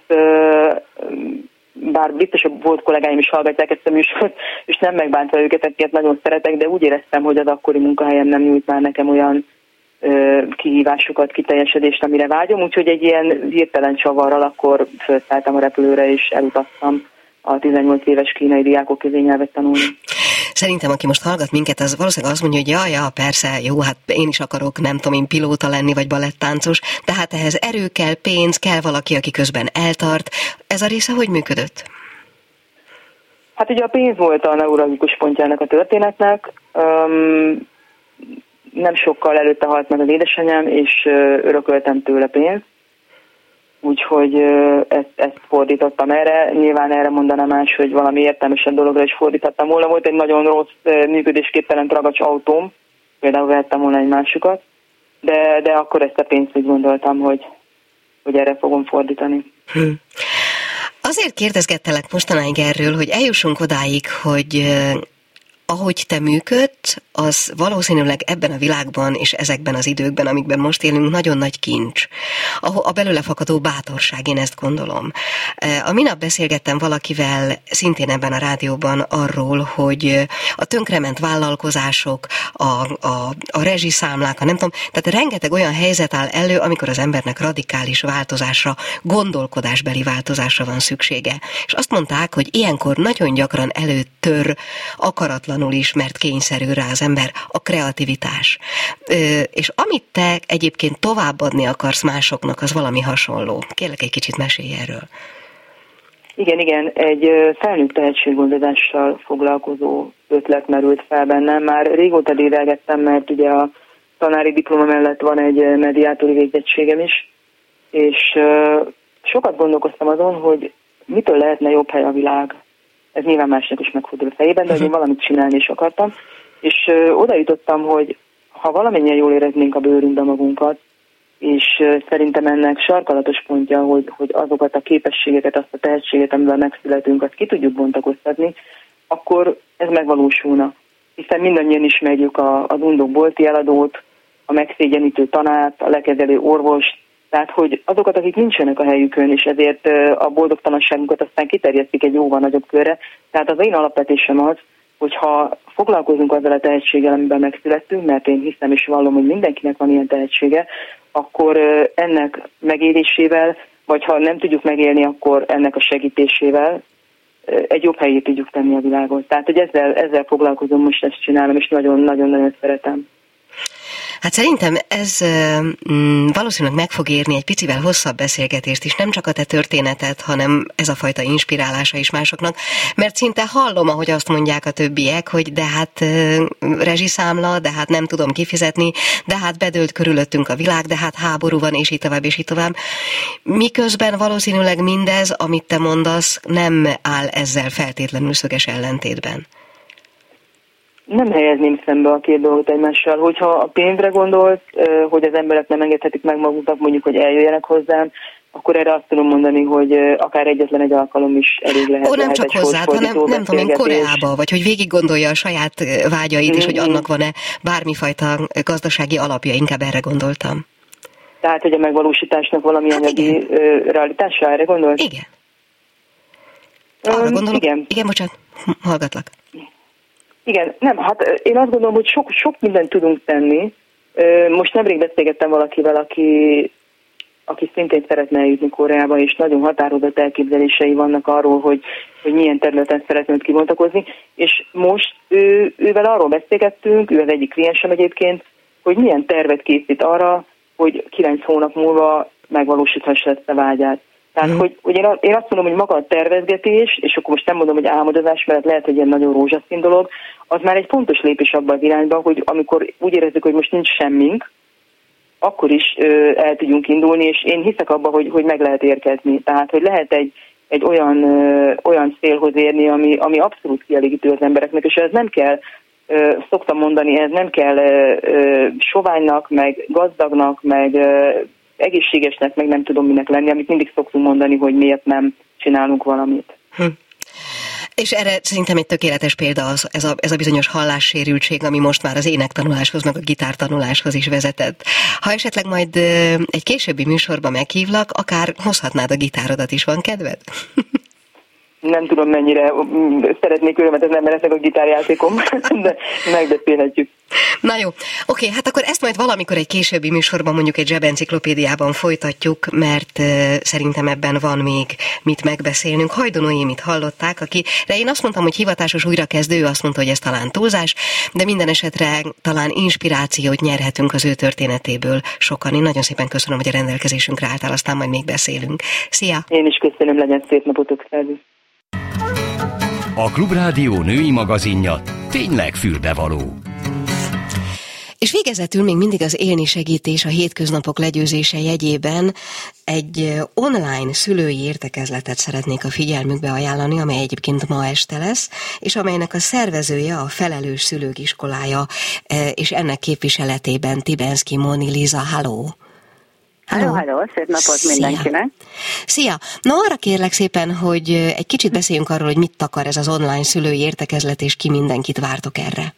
bár biztosabb volt kollégáim is hallgatják ezt a műsort, és nem megbántva őket, akiket nagyon szeretek, de úgy éreztem, hogy az akkori munkahelyem nem nyújt már nekem olyan kihívásokat, kiteljesedést, amire vágyom, úgyhogy egy ilyen hirtelen csavarral akkor felszálltam a repülőre, és elutaztam a tizennyolc éves kínai diákok közé nyelvet tanulni. Szerintem, aki most hallgat minket, az valószínűleg azt mondja, hogy ja, ja, persze, jó, hát én is akarok, nem tudom én, pilóta lenni, vagy balettáncos, tehát ehhez erő kell, pénz, kell valaki, aki közben eltart. Ez a része hogy működött? Hát ugye a pénz volt a neuralgikus pontjának a történetnek. Um, nem sokkal előtte halt meg az édesanyám, és örököltem tőle pénzt. Úgyhogy ezt, ezt fordítottam erre. Nyilván erre mondanám más, hogy valami értelmesebb dologra is fordítottam volna. Volt egy nagyon rossz, működésképtelen tragacs autóm, például vehettem volna egy másikat, de, de akkor ezt a pénzt úgy gondoltam, hogy, hogy erre fogom fordítani. Hm. Azért kérdezgettelek mostanáig erről, hogy eljussunk odáig, hogy ahogy te működsz, az valószínűleg ebben a világban és ezekben az időkben, amikben most élünk, nagyon nagy kincs. A, a belőle fakadó bátorság, én ezt gondolom. A minap beszélgettem valakivel, szintén ebben a rádióban arról, hogy a tönkrement vállalkozások, a, a, a rezsiszámlák, a nem tudom, tehát rengeteg olyan helyzet áll elő, amikor az embernek radikális változásra, gondolkodásbeli változásra van szüksége. És azt mondták, hogy ilyenkor nagyon gyakran előtör akaratlanul ismert kényszerül rá az ember a kreativitás. Ö, és amit te egyébként továbbadni akarsz másoknak, az valami hasonló. Kérlek, egy kicsit mesélj erről. Igen, igen, egy felnőtt tehetséggondozással foglalkozó ötlet merült fel bennem. Már régóta dédelgettem, mert ugye a tanári diploma mellett van egy mediátori végzettségem is, és sokat gondolkoztam azon, hogy mitől lehetne jobb hely a világ. Ez nyilván másnak is megfordul a fejében, de hogy én valamit csinálni is akartam. És oda jutottam, hogy ha valamennyien jól éreznénk a bőrünkbe magunkat, és szerintem ennek sarkalatos pontja, hogy, hogy azokat a képességeket, azt a tehetséget, amivel megszületünk, azt ki tudjuk bontakoztatni, akkor ez megvalósulna. Hiszen mindannyian ismerjük a, az undok bolti eladót, a megszégyenítő tanát, a lekezelő orvost, tehát hogy azokat, akik nincsenek a helyükön, és ezért a boldogtalanságunkat aztán kiterjesztik egy jóval nagyobb körre. Tehát az én alapvetésem az, hogyha foglalkozunk azzal a tehetséggel, amiben megszülettünk, mert én hiszem és vallom, hogy mindenkinek van ilyen tehetsége, akkor ennek megélésével, vagy ha nem tudjuk megélni, akkor ennek a segítésével egy jobb helyét tudjuk tenni a világot. Tehát, hogy ezzel, ezzel foglalkozom, most ezt csinálom, és nagyon-nagyon szeretem. Hát szerintem ez mm, valószínűleg meg fog érni egy picivel hosszabb beszélgetést is, nem csak a te történeted, hanem ez a fajta inspirálása is másoknak, mert szinte hallom, ahogy azt mondják a többiek, hogy de hát rezsiszámla, de hát nem tudom kifizetni, de hát bedőlt körülöttünk a világ, de hát háború van, és így tovább, és így tovább. Miközben valószínűleg mindez, amit te mondasz, nem áll ezzel feltétlenül szöges ellentétben. Nem helyezném szembe a két dolgot egymással. Hogyha a pénzre gondolsz, hogy az emberek nem engedhetik meg maguknak, mondjuk, hogy eljöjjenek hozzám, akkor erre azt tudom mondani, hogy akár egyetlen egy alkalom is elég lehet. Ó, nem csak hozzád, hanem nem tudom én Koreába, vagy hogy végig gondolja a saját vágyait, mm-hmm. és hogy annak van-e bármifajta gazdasági alapja, inkább erre gondoltam. Tehát, hogy a megvalósításnak valami hát anyagi igen. realitása, erre gondolsz? Igen. Arra um, gondolok, igen. Igen, bocsánat, hallgatlak. Igen, nem, hát én azt gondolom, hogy sok, sok mindent tudunk tenni. Most nemrég beszélgettem valakivel, aki, aki szintén szeretne eljutni Koreába, és nagyon határozott elképzelései vannak arról, hogy, hogy milyen területen szeretnénk kibontakozni. És most ő, ővel arról beszélgettünk, ő az egyik kliensem egyébként, hogy milyen tervet készít arra, hogy kilenc hónap múlva megvalósíthassa ezt a vágyát. Tehát, mm. hogy, hogy én, én azt mondom, hogy maga a tervezgetés, és akkor most nem mondom, hogy álmodozás, mert lehet, hogy ilyen nagyon rózsaszín dolog, az már egy fontos lépés abba az irányba, hogy amikor úgy érezzük, hogy most nincs semmink, akkor is ö, el tudjunk indulni, és én hiszek abba, hogy, hogy meg lehet érkezni. Tehát, hogy lehet egy, egy olyan, ö, olyan célhoz érni, ami, ami abszolút kielégítő az embereknek, és ez nem kell, ö, szoktam mondani, ez nem kell ö, ö, soványnak, meg gazdagnak, meg ö, egészségesnek, meg nem tudom minek lenni, amit mindig szoktunk mondani, hogy miért nem csinálunk valamit. Hm. És erre szerintem egy tökéletes példa az, ez, a, ez a bizonyos hallássérültség, ami most már az énektanuláshoz, meg a gitártanuláshoz is vezetett. Ha esetleg majd egy későbbi műsorban meghívlak, akár hozhatnád a gitárodat is, van kedved? Nem tudom, mennyire szeretnék örömet, mert leszek a gitárjátékom, de megbeszélhetjük. Na jó, oké, hát akkor ezt majd valamikor egy későbbi műsorban, mondjuk egy zsebenciklopédiában folytatjuk, mert uh, szerintem ebben van még mit megbeszélnünk. Hajdó Noémit hallották, akire én azt mondtam, hogy hivatásos újrakezdő, azt mondta, hogy ez talán túlzás, de minden esetre talán inspirációt nyerhetünk az ő történetéből sokan. Én nagyon szépen köszönöm, hogy a rendelkezésünkre álltál, aztán majd még beszélünk. Szia! Én is köszönöm, legyen szép napotok, szervusz! A Klubrádió női magazinja tényleg fülbevaló. És végezetül még mindig az élni segítés a hétköznapok legyőzése jegyében egy online szülői értekezletet szeretnék a figyelmükbe ajánlani, amely egyébként ma este lesz, és amelynek a szervezője a Felelős Szülők Iskolája, és ennek képviseletében Tibenszki Moni Liza. Halló! Halló. Halló, szép napot mindenkinek. Szia! Na arra kérlek szépen, hogy egy kicsit beszéljünk arról, hogy mit takar ez az online szülői értekezlet, és ki mindenkit vártok erre.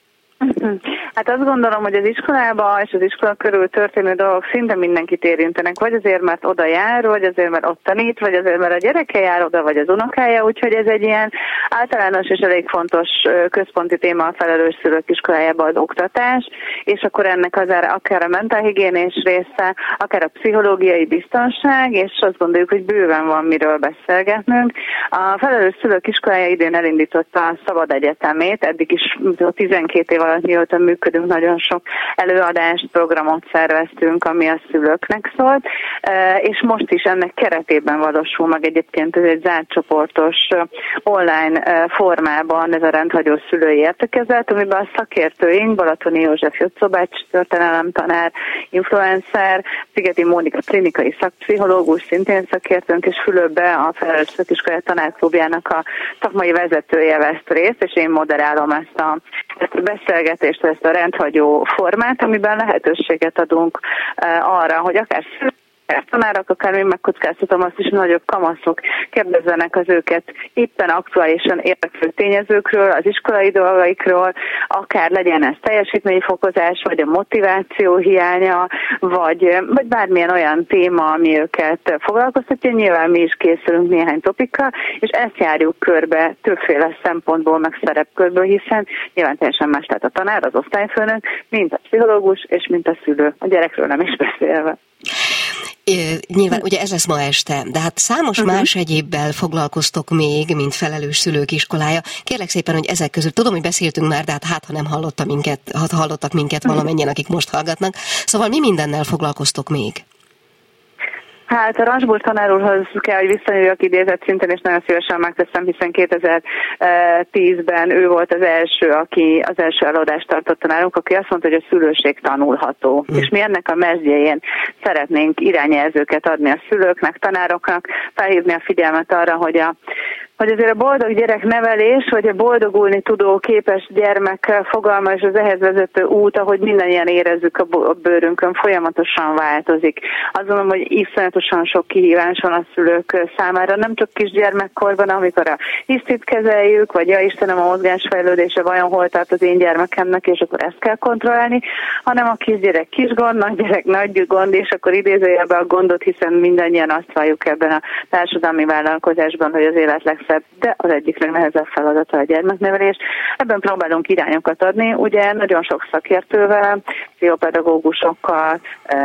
Hát azt gondolom, hogy az iskolába és az iskola körül történő dolgok szinte mindenkit érintenek, vagy azért, mert oda jár, vagy azért, mert ott tanít, vagy azért, mert a gyereke jár oda, vagy az unokája, úgyhogy ez egy ilyen általános és elég fontos központi téma a felelős szülők iskolájában az oktatás, és akkor ennek az akár a mentálhigiénés része, akár a pszichológiai biztonság, és azt gondoljuk, hogy bőven van miről beszélgetnünk. A felelős szülők iskolája idén elindította a Szabad Egyetemét, eddig is tizenkét év alatt mióta működünk, nagyon sok előadást, programot szerveztünk, ami a szülőknek szólt, és most is ennek keretében valósul meg egyébként ez egy zárt csoportos online formában ez a rendhagyó szülői értekezlet, amiben a szakértőink, Balatoni József Jocobács történelemtanár, influencer, Szigeti Mónika klinikai szakpszichológus, szintén szakértőnk, és Fülöpbe a Felelős Szülők Iskolája tanárklubjának a szakmai vezetője vesz részt, és én moderálom ezt a, ezt a beszélgetést, ezt a rendhagyó formát, amiben lehetőséget adunk arra, hogy akár tanárok, akár én megkockáztatom azt is, hogy nagyobb kamaszok kérdezzenek az őket éppen aktuálisan érdeklő tényezőkről, az iskolai dolgaikról, akár legyen ez teljesítményfokozás, vagy a motiváció hiánya, vagy, vagy bármilyen olyan téma, ami őket foglalkoztatja. Nyilván mi is készülünk néhány topikkal, és ezt járjuk körbe többféle szempontból, meg szerepkörből, hiszen nyilván teljesen más lehet a tanár, az osztályfőnök, mint a pszichológus, és mint a szülő. A gyerekről nem is beszélve. Nyilván, ugye ez lesz ma este, de hát számos uh-huh. más egyébbel foglalkoztok még, mint felelős szülők iskolája. Kérlek szépen, hogy ezek között, tudom, hogy beszéltünk már, de hát, hát ha nem hallotta minket, ha hallottak minket valamennyien, akik most hallgatnak. Szóval mi mindennel foglalkoztok még? Hát a Rasbúr tanár úrhoz kell, hogy visszanyúljak idézett szinten, és nagyon szívesen megteszem, hiszen kétezer-tízben ő volt az első, aki az első előadást tartotta nálunk, aki azt mondta, hogy a szülőség tanulható. Mm. És mi ennek a mesdjéjén szeretnénk irányjelzőket adni a szülőknek, tanároknak, felhívni a figyelmet arra, hogy a hogy azért a boldog gyereknevelés, vagy a boldogulni tudó képes gyermek fogalma és az ehhez vezető út, ahogy mindannyian érezzük a bőrünkön, folyamatosan változik. Azt gondolom, hogy iszonyatosan sok kihívás van a szülők számára, nem csak kisgyermekkorban, amikor a hisztit kezeljük, vagy ja Istenem, a mozgásfejlődése vajon hol tart az én gyermekemnek, és akkor ezt kell kontrollálni, hanem a kisgyerek kis gond, nagygyerek nagy gond, és akkor idézőjelben a gondot, hiszen mindannyian azt valljuk ebben a társadalmi vállalkozásban, hogy az élet legszebb, de az egyik legnehezebb feladata a gyermeknevelés. Ebben próbálunk irányokat adni, ugye nagyon sok szakértővel, pszichopedagógusokkal,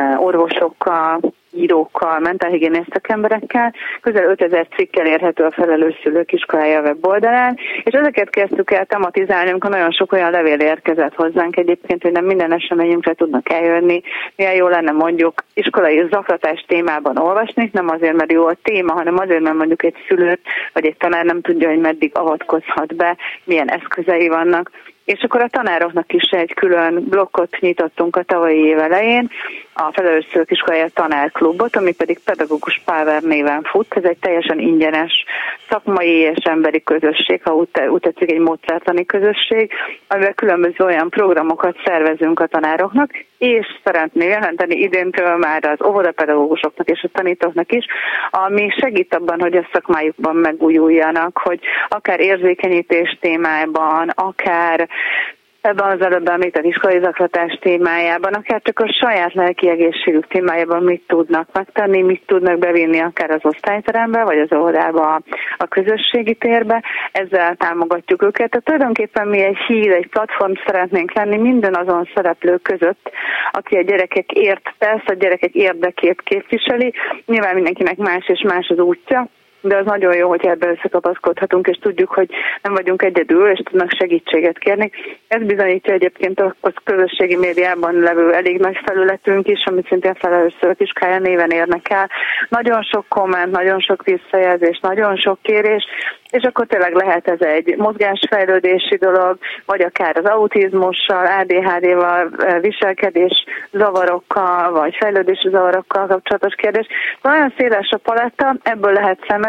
orvosokkal, írókkal, mentálhigiénész szakemberekkel, közel ötezer cikkel érhető a Felelős Szülők Iskolája weboldalán, és ezeket kezdtük el tematizálni, amikor nagyon sok olyan levél érkezett hozzánk egyébként, hogy nem minden eseményünkre tudnak eljönni, milyen jó lenne mondjuk iskolai zaklatás témában olvasni, nem azért, mert jó a téma, hanem azért, mert mondjuk egy szülő vagy egy tanár nem tudja, hogy meddig avatkozhat be, milyen eszközei vannak. És akkor a tanároknak is egy külön blokkot nyitottunk a tavalyi év elején, a Felelős Szülők Iskolája tanárklubot, ami pedig Pedagógus Power néven fut. Ez egy teljesen ingyenes szakmai és emberi közösség, ha úgy, úgy tetszik, egy módszertani közösség, amivel különböző olyan programokat szervezünk a tanároknak, és szeretném jelenteni idéntől már az óvodapedagógusoknak és a tanítóknak is, ami segít abban, hogy a szakmájukban megújuljanak, hogy akár érzékenyítés témájában, akár ebben az előbb említett iskolai zaklatás témájában, akár csak a saját lelki egészségük témájában mit tudnak megtenni, mit tudnak bevinni akár az osztályterembe, vagy az óvodába, a közösségi térbe, ezzel támogatjuk őket. Tehát tulajdonképpen mi egy híd, egy platform szeretnénk lenni minden azon szereplő között, aki a gyerekek ért tesz, a gyerekek érdekét képviseli. Nyilván mindenkinek más és más az útja, de az nagyon jó, hogy ebben összekapaszkodhatunk, és tudjuk, hogy nem vagyunk egyedül, és tudnak segítséget kérni. Ez bizonyítja egyébként a közösségi médiában levő elég nagy felületünk is, amit szintén Felelős Szülők Iskolája néven érnek el. Nagyon sok komment, nagyon sok visszajelzés, nagyon sok kérés, és akkor tényleg lehet ez egy mozgásfejlődési dolog, vagy akár az autizmussal, á dé há dé-val, viselkedés zavarokkal, vagy fejlődési zavarokkal kapcsolatos kérdés. Nagyon széles a paletta, ebből lehet szemezni,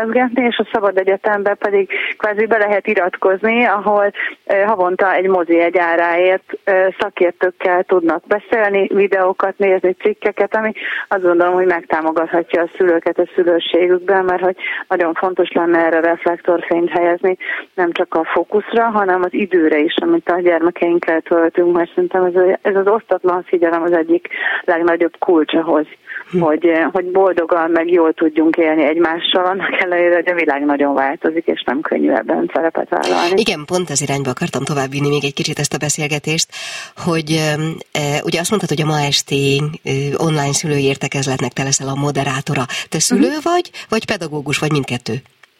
elemezgetni, és a Szabad Egyetemben pedig kvázi be lehet iratkozni, ahol havonta egy mozi egy áráért szakértőkkel tudnak beszélni, videókat nézni, cikkeket, ami azt gondolom, hogy megtámogathatja a szülőket a szülőségükben, mert hogy nagyon fontos lenne erre reflektorfényt helyezni, nem csak a fókuszra, hanem az időre is, amit a gyermekeinkkel töltünk, mert szerintem ez, ez az osztatlan figyelem az egyik legnagyobb kulcs ahhoz, hm. hogy, hogy boldogan, meg jól tudjunk élni egymással, annak ellenére, hogy a világ nagyon változik, és nem könnyű ebben szerepet vállalni. Igen, pont ez irányba akartam továbbvinni még egy kicsit ezt a beszélgetést, hogy e, ugye azt mondtad, hogy a ma esti e, online szülői értekezletnek te leszel a moderátora. Te szülő hm. vagy, vagy pedagógus, vagy mindkettő?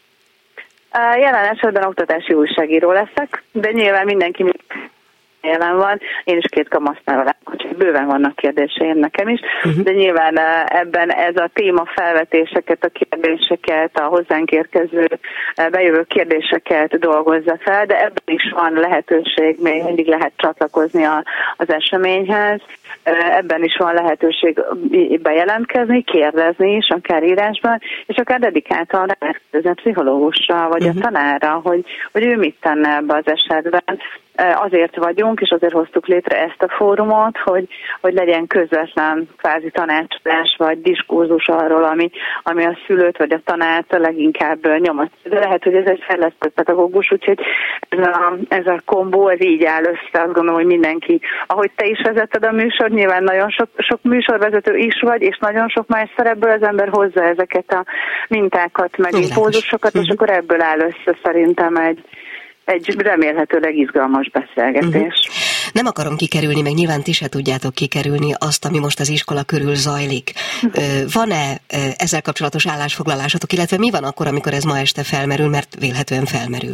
Jelen esetben oktatási újságíró leszek, de nyilván mindenki jelen van. Én is két kamasznál látom, hogy bőven vannak kérdéseim nekem is, uh-huh. de nyilván ebben ez a téma felvetéseket, a kérdéseket, a hozzánk érkező, bejövő kérdéseket dolgozza fel, de ebben is van lehetőség, még mindig lehet csatlakozni a, az eseményhez. Ebben is van lehetőség bejelentkezni, kérdezni is, akár írásban, és akár dedikáltan rákérdezni a pszichológusra, vagy uh-huh. a tanárra, hogy, hogy ő mit tenne ebbe az esetben. Azért vagyunk, és azért hoztuk létre ezt a fórumot, hogy, hogy legyen közvetlen kvázi tanácsadás, vagy diskurzus arról, ami, ami a szülőt, vagy a tanárt leginkább nyomat. De lehet, hogy ez egy fejlesztett pedagógus, úgyhogy ez a, ez a kombó, ez így áll össze, azt gondolom, hogy mindenki, ahogy te is vezetted a műsor, nyilván nagyon sok, sok műsorvezető is vagy, és nagyon sok más szerepből az ember hozza ezeket a mintákat, meg impulzusokat, és akkor ebből áll össze szerintem egy egy remélhetőleg izgalmas beszélgetés. Uh-huh. Nem akarom kikerülni, meg nyilván ti se tudjátok kikerülni azt, ami most az iskola körül zajlik. Uh-huh. Van-e ezzel kapcsolatos állásfoglalásatok, illetve mi van akkor, amikor ez ma este felmerül, mert vélhetően felmerül?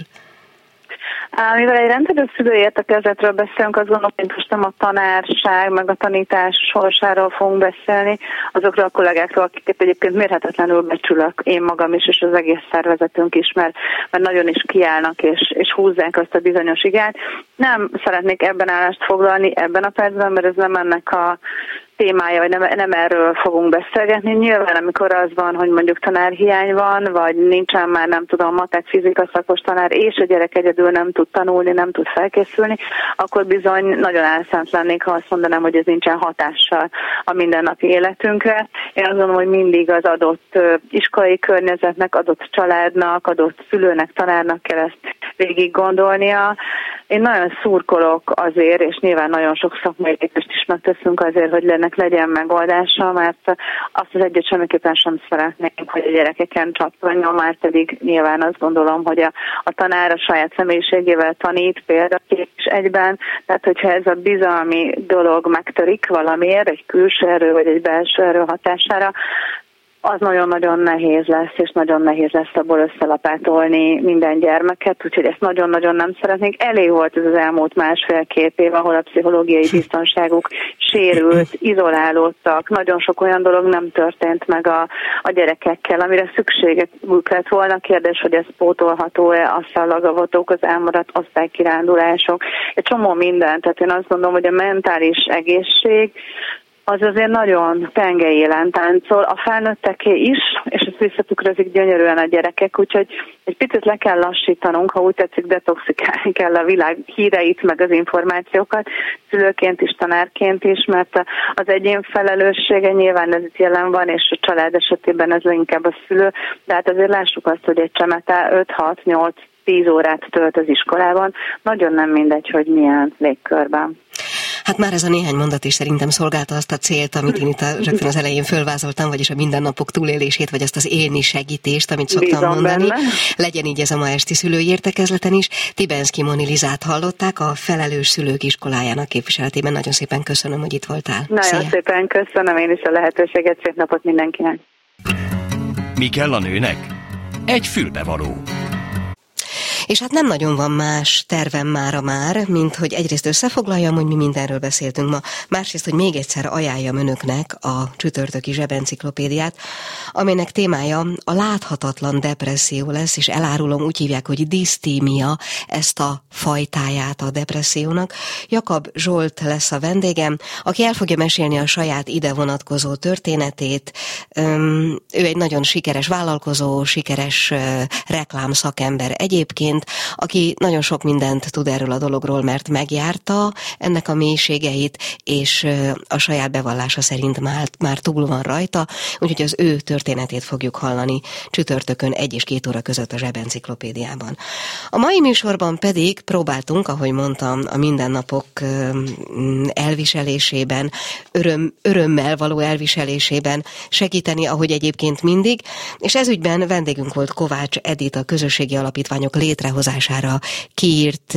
Mivel egy rendszerű szülői értekezletről beszélünk, azt gondolom, hogy most nem a tanárság, meg a tanítás sorsáról fogunk beszélni, azokról a kollégákról, akiket egyébként mérhetetlenül becsülök én magam is, és az egész szervezetünk is, mert, mert nagyon is kiállnak, és, és húzzák azt a bizonyos igát. Nem szeretnék ebben állást foglalni ebben a percben, mert ez nem ennek a témája, vagy nem, nem erről fogunk beszélgetni. Nyilván, amikor az van, hogy mondjuk tanárhiány van, vagy nincsen már, nem tudom, matek, fizika szakos tanár, és a gyerek egyedül nem tud tanulni, nem tud felkészülni, akkor bizony nagyon álszánt lennék, ha azt mondanám, hogy ez nincsen hatással a mindennapi életünkre. Én azt gondolom, hogy mindig az adott iskolai környezetnek, adott családnak, adott szülőnek, tanárnak kell ezt végig gondolnia. Én nagyon szurkolok azért, és nyilván nagyon sok szakmai lépést is megteszünk azért, hogy ennek legyen megoldása, mert azt az egyet semmiképpen sem szeretnénk, hogy a gyerekeken csattanjon, már pedig nyilván azt gondolom, hogy a, a tanár a saját személyiségével tanít példaként is egyben, tehát hogyha ez a bizalmi dolog megtörik valamiért, egy külső erő vagy egy belső erő hatására, az nagyon-nagyon nehéz lesz, és nagyon nehéz lesz abból összelapátolni minden gyermeket, úgyhogy ezt nagyon-nagyon nem szeretnénk. Elég volt ez az elmúlt másfél-két év, ahol a pszichológiai biztonságuk sérült, izolálódtak, nagyon sok olyan dolog nem történt meg a, a gyerekekkel, amire szükségük lett volna. Kérdés, hogy ez pótolható-e, a szallagavatók, az elmaradt osztálykirándulások, egy csomó minden. Tehát én azt gondolom, hogy a mentális egészség az azért nagyon tengely élen táncol, a felnőtteké is, és ezt visszatükrözik gyönyörűen a gyerekek, úgyhogy egy picit le kell lassítanunk, ha úgy tetszik, detoxikálni kell a világ híreit, meg az információkat, szülőként is, tanárként is, mert az egyén felelőssége nyilván ez itt jelen van, és a család esetében ez inkább a szülő, de hát azért lássuk azt, hogy egy csemete öt-hat-nyolc tíz órát tölt az iskolában, nagyon nem mindegy, hogy milyen légkörben. Hát már ez a néhány mondat is szerintem szolgálta azt a célt, amit én itt a, rögtön az elején fölvázoltam, vagyis a mindennapok túlélését, vagy azt az élni segítést, amit szoktam Bízom mondani. Benne. Legyen így ez a ma esti szülői értekezleten is. Tibenszky Moni Lizát hallották, a Felelős Szülők Iskolájának képviseletében. Nagyon szépen köszönöm, hogy itt voltál. Nagyon Szia. Szépen köszönöm én is a lehetőséget, szép napot mindenkinek. Mi kell a nőnek? Egy fülbevaló. És hát nem nagyon van más tervem mára már, mint hogy egyrészt összefoglaljam, hogy mi mindenről beszéltünk ma, másrészt, hogy még egyszer ajánljam önöknek a csütörtöki zsebenciklopédiát, aminek témája a láthatatlan depresszió lesz, és elárulom, úgy hívják, hogy disztímia, ezt a fajtáját a depressziónak. Jakab Zsolt lesz a vendégem, aki el fogja mesélni a saját ide vonatkozó történetét. Ő egy nagyon sikeres vállalkozó, sikeres reklámszakember egyébként, aki nagyon sok mindent tud erről a dologról, mert megjárta ennek a mélységeit, és a saját bevallása szerint már, már túl van rajta, úgyhogy az ő történetét fogjuk hallani csütörtökön egy és két óra között a Zsebenciklopédiában. A mai műsorban pedig próbáltunk, ahogy mondtam, a mindennapok elviselésében, öröm, örömmel való elviselésében segíteni, ahogy egyébként mindig, és ezügyben vendégünk volt Kovács Edit, a Közösségi Alapítványok létrehozására kiírt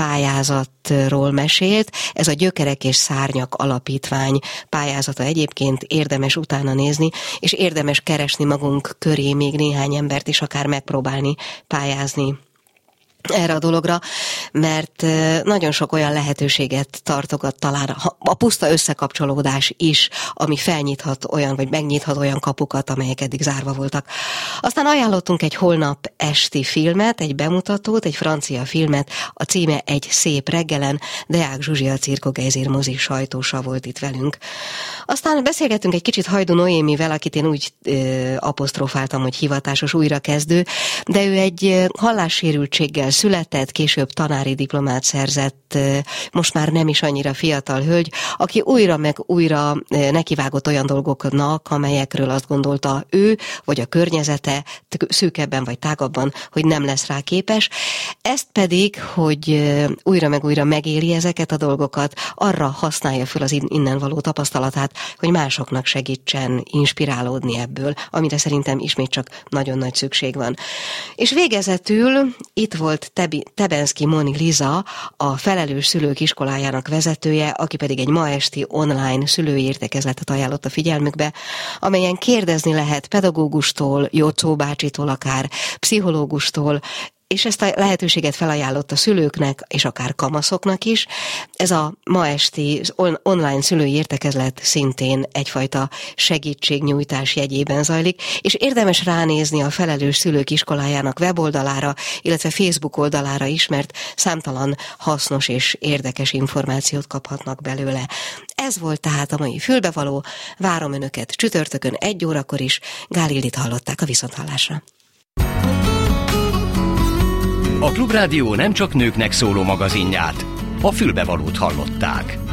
pályázatról mesélt. Ez a Gyökerek és Szárnyak Alapítvány pályázata egyébként, érdemes utána nézni, és érdemes keresni magunk köré még néhány embert is, akár megpróbálni pályázni erre a dologra, mert nagyon sok olyan lehetőséget tartogat talán a puszta összekapcsolódás is, ami felnyithat olyan, vagy megnyithat olyan kapukat, amelyek eddig zárva voltak. Aztán ajánlottunk egy holnap esti filmet, egy bemutatót, egy francia filmet, a címe Egy szép reggelen, Deák Zsuzsi, a Cirko Gejzír mozi sajtósa volt itt velünk. Aztán beszélgettünk egy kicsit Hajdú Noémivel, akit én úgy ö, apostrofáltam, hogy hivatásos újrakezdő, de ő egy hallássérültséggel született, később tanári diplomát szerzett, most már nem is annyira fiatal hölgy, aki újra meg újra nekivágott olyan dolgoknak, amelyekről azt gondolta ő, vagy a környezete, szűkebben vagy tágabban, hogy nem lesz rá képes. Ezt pedig, hogy újra meg újra megéli ezeket a dolgokat, arra használja föl az innen való tapasztalatát, hogy másoknak segítsen inspirálódni ebből, amire szerintem ismét csak nagyon nagy szükség van. És végezetül itt volt Tebi, Tebenszki Moni Liza, a Felelős Szülők Iskolájának vezetője, aki pedig egy ma esti online szülői értekezletet ajánlott a figyelmükbe, amelyen kérdezni lehet pedagógustól, Jocó bácsitól, akár pszichológustól, és ezt a lehetőséget felajánlott a szülőknek, és akár kamaszoknak is. Ez a ma esti online szülői értekezlet szintén egyfajta segítségnyújtás jegyében zajlik, és érdemes ránézni a Felelős Szülők Iskolájának weboldalára, illetve Facebook oldalára is, mert számtalan hasznos és érdekes információt kaphatnak belőle. Ez volt tehát a mai fülbevaló. Várom önöket csütörtökön egy órakor is. Gál Ildit hallották, a viszonthallásra. A Klubrádió nem csak nőknek szóló magazinját, a fülbevalót hallották.